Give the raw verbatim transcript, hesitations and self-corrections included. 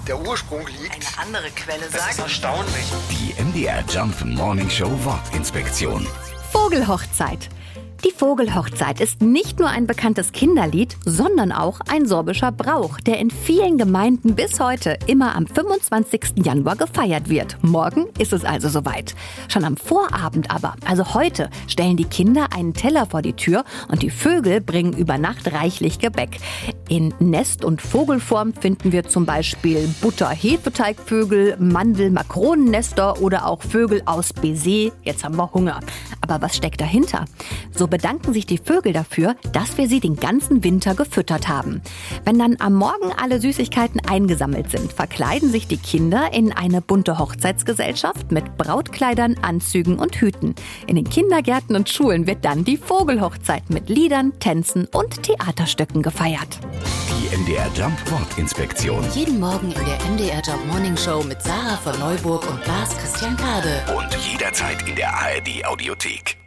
der Ursprung liegt. Eine andere Quelle sagt... Das ist erstaunlich. Die M D R Jump Morning Show Wortinspektion. Vogelhochzeit. Die Vogelhochzeit ist nicht nur ein bekanntes Kinderlied, sondern auch ein sorbischer Brauch, der in vielen Gemeinden bis heute immer am fünfundzwanzigsten Januar gefeiert wird. Morgen ist es also soweit. Schon am Vorabend aber, also heute, stellen die Kinder einen Teller vor die Tür und die Vögel bringen über Nacht reichlich Gebäck. In Nest- und Vogelform finden wir zum Beispiel Butter-Hefeteigvögel, Mandel-Makronennester oder auch Vögel aus Baiser. Jetzt haben wir Hunger. Aber was steckt dahinter? So bedanken sich die Vögel dafür, dass wir sie den ganzen Winter gefüttert haben. Wenn dann am Morgen alle Süßigkeiten eingesammelt sind, verkleiden sich die Kinder in eine bunte Hochzeitsgesellschaft mit Brautkleidern, Anzügen und Hüten. In den Kindergärten und Schulen wird dann die Vogelhochzeit mit Liedern, Tänzen und Theaterstücken gefeiert. Die M D R Jump Wortinspektion. Jeden Morgen in der M D R Jump Morning Show mit Sarah von Neuburg und Lars Christian Kade. Und jederzeit in der A R D Audiothek.